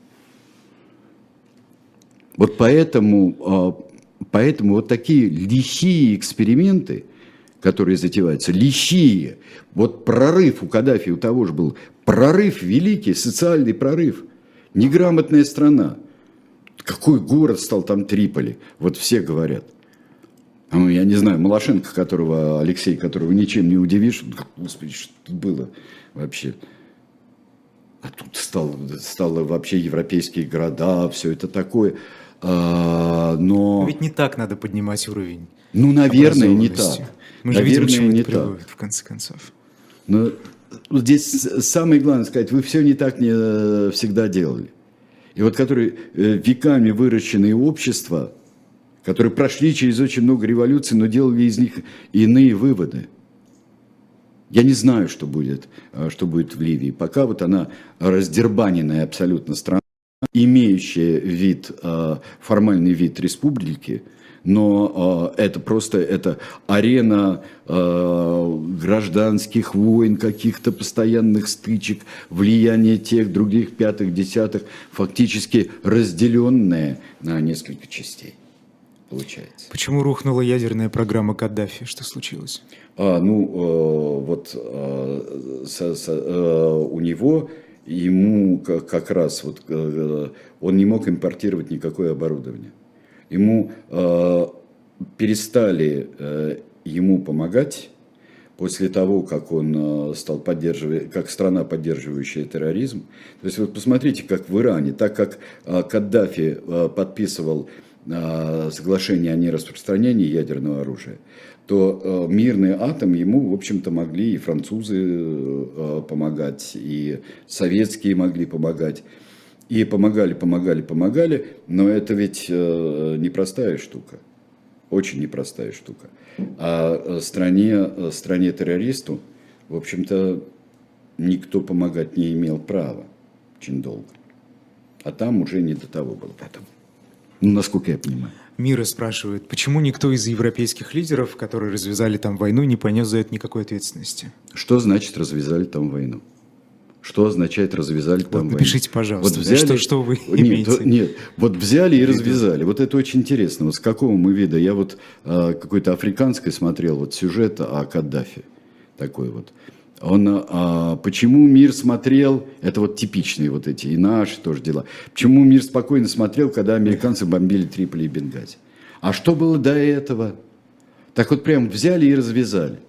Вот поэтому, э, поэтому вот такие лихие эксперименты, которые затеваются, лихие. Вот прорыв у Каддафи, у того же был прорыв великий, социальный прорыв. Неграмотная страна. Какой город стал там Триполи? Вот все говорят. Ну, я не знаю, Малашенко, которого, Алексей, которого ничем не удивишь. Господи, что тут было вообще? А тут стало, стало вообще европейские города, все это такое. А, но... Ведь не так надо поднимать уровень. Ну, наверное, не так. Мы же наверное, видим, к чему не это приводит, в конце концов. Но здесь самое главное сказать, вы все не так не всегда делали. И вот которые веками выращенные общества, которые прошли через очень много революций, но делали из них иные выводы. Я не знаю, что будет, что будет в Ливии. Пока вот она раздербаненная абсолютно страна, имеющая вид, формальный вид республики, но это просто это арена гражданских войн, каких-то постоянных стычек, влияние тех, других, пятых, десятых, фактически разделенная на несколько частей. Получается. Почему рухнула ядерная программа Каддафи? Что случилось? А, ну, э, вот э, со, со, э, у него, ему как, как раз, вот, э, он не мог импортировать никакое оборудование. Ему э, перестали э, ему помогать после того, как он э, стал поддерживать, как страна, поддерживающая терроризм. То есть, вот посмотрите, как в Иране, так как э, Каддафи э, подписывал соглашение о нераспространении ядерного оружия, то мирный атом ему, в общем-то, могли и французы помогать, и советские могли помогать. И помогали, помогали, помогали, но это ведь непростая штука, очень непростая штука. А стране, стране террористу, в общем-то, никто помогать не имел права очень долго. А там уже не до того было потом. Ну, насколько я понимаю. Мира спрашивает, почему никто из европейских лидеров, которые развязали там войну, не понес за это никакой ответственности? Что значит развязали там войну? Что означает развязали вот там войну? Напишите, пожалуйста, вот взяли, что, что вы нет, имеете? Нет, вот взяли и развязали. Вот это очень интересно. Вот с какого мы вида? Я вот а, какой-то африканской смотрел вот сюжет о Каддафи. Такой вот. Он, а, почему мир смотрел, это вот типичные вот эти, и наши тоже дела. Почему мир спокойно смотрел, когда американцы бомбили Триполи и Бенгази? А что было до этого? Так вот прям взяли и развязали.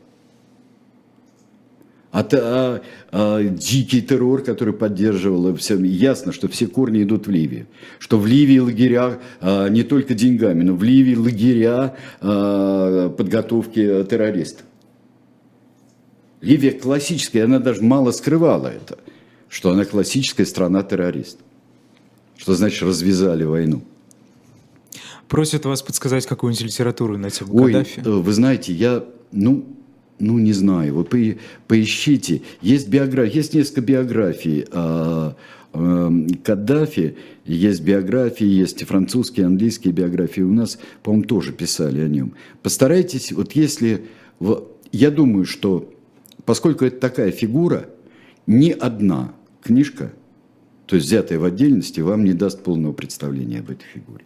А, а, а дикий террор, который поддерживал, все, ясно, что все корни идут в Ливию. Что в Ливии лагеря, а, не только деньгами, но в Ливии лагеря а, подготовки террористов. Ливия классическая, она даже мало скрывала это, что она классическая страна-террорист. Что значит развязали войну? Просят вас подсказать какую-нибудь литературу на тему Ой, Каддафи. Вы знаете, я, ну, ну не знаю, вы по, поищите. Есть биография, есть несколько биографий о, о Каддафи, есть биографии, есть и французские, и английские биографии. У нас, по-моему, тоже писали о нем. Постарайтесь, вот если, я думаю, что поскольку это такая фигура, ни одна книжка, то есть взятая в отдельности, вам не даст полного представления об этой фигуре.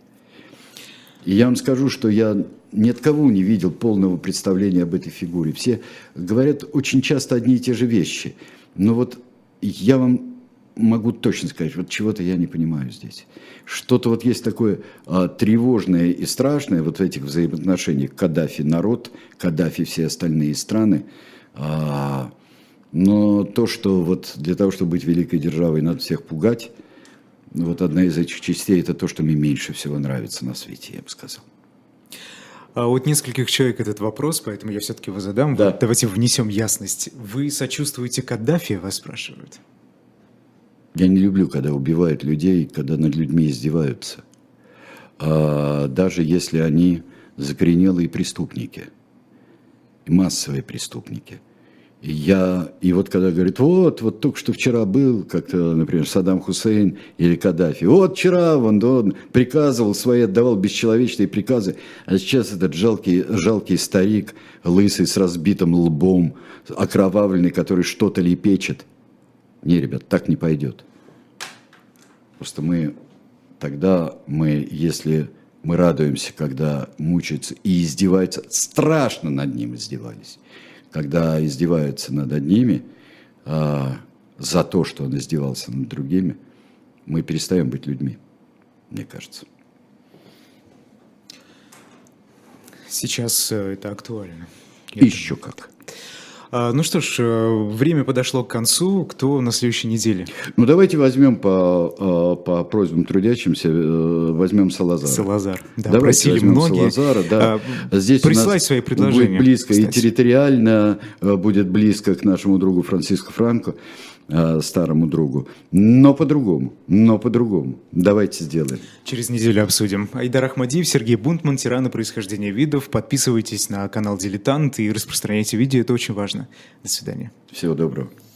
И я вам скажу, что я ни от кого не видел полного представления об этой фигуре. Все говорят очень часто одни и те же вещи. Но вот я вам могу точно сказать, вот чего-то я не понимаю здесь. Что-то вот есть такое а, тревожное и страшное вот в этих взаимоотношениях. Каддафи народ, Каддафи все остальные страны. А, но то, что вот для того, чтобы быть великой державой, надо всех пугать, вот одна из этих частей, это то, что мне меньше всего нравится на свете, я бы сказал. А вот нескольких человек этот вопрос, поэтому я все-таки его задам. Да. Вот давайте внесем ясность. Вы сочувствуете Каддафи, вас спрашивают? Я не люблю, когда убивают людей, когда над людьми издеваются. А, даже если они закоренелые преступники. Массовые преступники. И, я, и вот когда говорят, вот, вот только что вчера был, как-то, например, Саддам Хусейн или Каддафи, вот вчера он, он приказывал свои, отдавал бесчеловечные приказы, а сейчас этот жалкий, жалкий старик, лысый, с разбитым лбом, окровавленный, который что-то лепечет. Не, ребят, так не пойдет. Просто мы, тогда мы, если... Мы радуемся, когда мучаются и издеваются, страшно над ним издевались. Когда издеваются над одними а, за то, что он издевался над другими, мы перестаем быть людьми. мне кажется. Сейчас это актуально. Еще как. Ну что ж, время подошло к концу. Кто на следующей неделе? Ну, давайте возьмем по, по просьбам трудящимся, возьмем Салазара. Салазар, да, давайте просили многие. Салазара, да. А, Здесь присылать свои предложения. Будет близко кстати. и территориально, будет близко к нашему другу Франциско Франко, старому другу, но по-другому, но по-другому. Давайте сделаем. Через неделю обсудим. Айдар Ахмадиев, Сергей Бунтман, тираны происхождения видов. Подписывайтесь на канал «Дилетант» и распространяйте видео, это очень важно. До свидания. Всего доброго.